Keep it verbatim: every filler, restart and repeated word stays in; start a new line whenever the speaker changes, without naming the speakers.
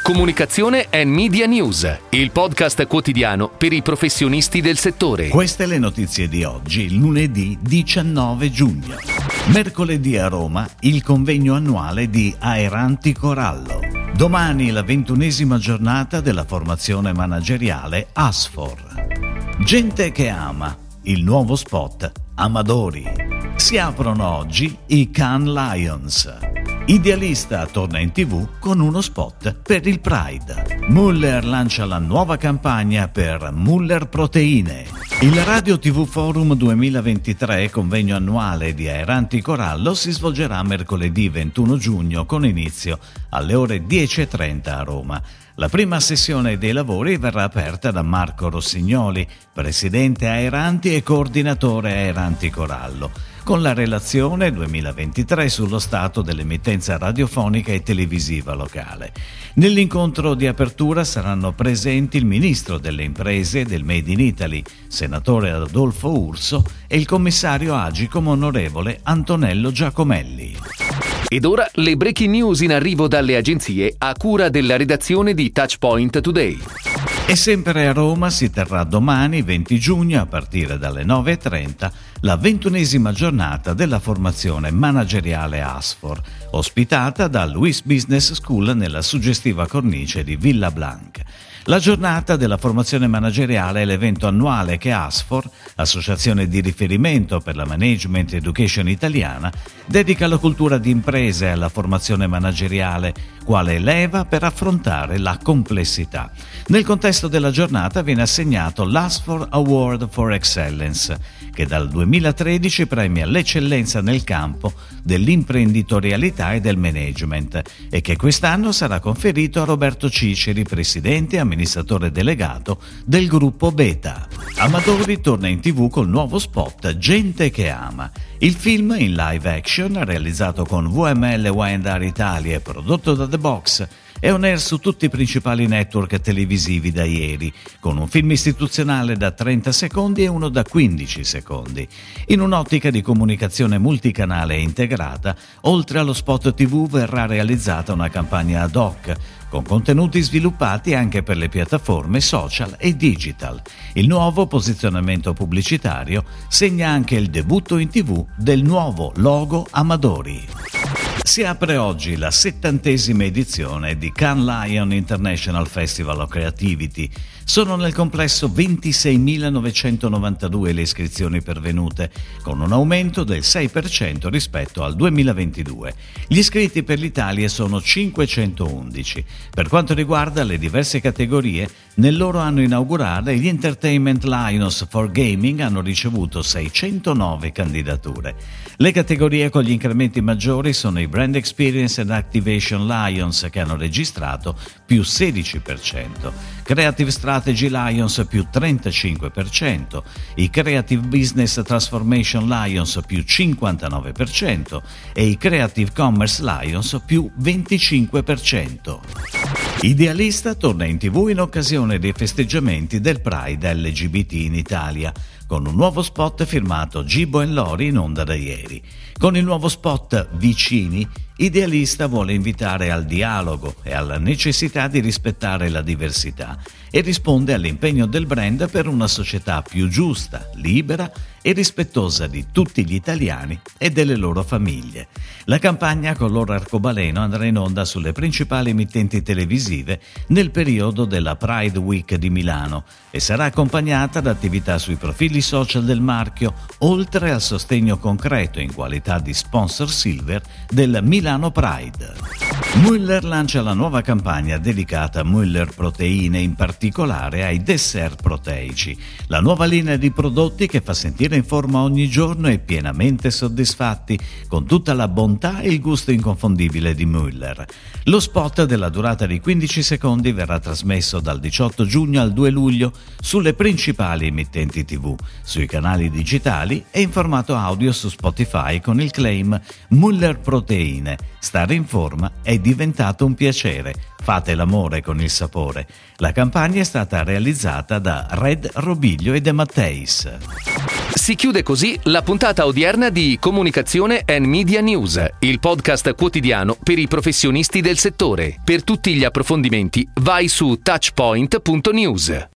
Comunicazione and Media News, il podcast quotidiano per i professionisti del settore.
Queste le notizie di oggi, lunedì diciannove giugno. Mercoledì a Roma il convegno annuale di Aeranti Corallo. Domani la ventunesima giornata della formazione manageriale Asfor. Gente che ama, il nuovo spot Amadori. Si aprono oggi i Cannes Lions. Idealista torna in tivù con uno spot per il Pride. Muller lancia la nuova campagna per Muller Proteine. Il Radio tivù Forum duemilaventitré, convegno annuale di Aeranti Corallo, si svolgerà mercoledì ventuno giugno con inizio alle ore dieci e trenta a Roma. La prima sessione dei lavori verrà aperta da Marco Rossignoli, presidente Aeranti e coordinatore Aeranti Corallo, con la relazione duemilaventitré sullo stato dell'emittenza radiofonica e televisiva locale. Nell'incontro di apertura saranno presenti il ministro delle imprese e del Made in Italy, senatore Adolfo Urso, e il commissario Agicom onorevole Antonello Giacomelli.
Ed ora le breaking news in arrivo dalle agenzie a cura della redazione di Touchpoint Today.
E sempre a Roma si terrà domani, venti giugno, a partire dalle nove e trenta, la ventunesima giornata della formazione manageriale Asfor, ospitata da Luis Business School nella suggestiva cornice di Villa Blanc. La giornata della formazione manageriale è l'evento annuale che Asfor, associazione di riferimento per la Management Education italiana, dedica alla cultura di impresa e alla formazione manageriale, quale leva per affrontare la complessità. Nel contesto della giornata viene assegnato l'Asfor Award for Excellence, che dal duemilatredici premia l'eccellenza nel campo dell'imprenditorialità e del management e che quest'anno sarà conferito a Roberto Ciceri, presidente e amministratore delegato del gruppo Beta. Amadori torna in tivù col nuovo spot Gente che ama. Il film, in live action, realizzato con V M L Windar Italia e prodotto da The Box, è on air su tutti i principali network televisivi da ieri, con un film istituzionale da trenta secondi e uno da quindici secondi. In un'ottica di comunicazione multicanale e integrata, oltre allo spot tivù verrà realizzata una campagna ad hoc, con contenuti sviluppati anche per le piattaforme social e digital. Il nuovo posizionamento pubblicitario segna anche il debutto in tivù del nuovo logo Amadori. Si apre oggi la settantesima edizione di Cannes Lions International Festival of Creativity. Sono nel complesso ventiseimilanovecentonovantadue le iscrizioni pervenute, con un aumento del sei per cento rispetto al duemilaventidue. Gli iscritti per l'Italia sono cinquecentoundici. Per quanto riguarda le diverse categorie, nel loro anno inaugurale gli Entertainment Lions for Gaming hanno ricevuto seicentonove candidature. Le categorie con gli incrementi maggiori sono i Brand Experience and Activation Lions, che hanno registrato più sedici per cento, Creative Strategy Lions più trentacinque per cento, i Creative Business Transformation Lions più cinquantanove per cento e i Creative Commerce Lions più venticinque per cento. Idealista torna in tivù in occasione dei festeggiamenti del Pride L G B T in Italia, con un nuovo spot firmato Gibo e Lori in onda da ieri. Con il nuovo spot Vicini, Idealista vuole invitare al dialogo e alla necessità di rispettare la diversità e risponde all'impegno del brand per una società più giusta, libera e rispettosa di tutti gli italiani e delle loro famiglie. La campagna color arcobaleno andrà in onda sulle principali emittenti televisive nel periodo della Pride Week di Milano e sarà accompagnata da attività sui profili social del marchio, oltre al sostegno concreto in qualità di sponsor silver del Milano Pride. Muller lancia la nuova campagna dedicata a Muller Proteine, in particolare ai dessert proteici, la nuova linea di prodotti che fa sentire in forma ogni giorno e pienamente soddisfatti, con tutta la bontà e il gusto inconfondibile di Muller. Lo spot, della durata di quindici secondi, verrà trasmesso dal diciotto giugno al due luglio sulle principali emittenti tivù, sui canali digitali e in formato audio su Spotify con il claim Muller Proteine. italiane. Stare in forma è diventato un piacere. Fate l'amore con il sapore. La campagna è stata realizzata da Red Robiglio e De Matteis.
Si chiude così la puntata odierna di Comunicazione and Media News, il podcast quotidiano per i professionisti del settore. Per tutti gli approfondimenti vai su touchpoint punto news.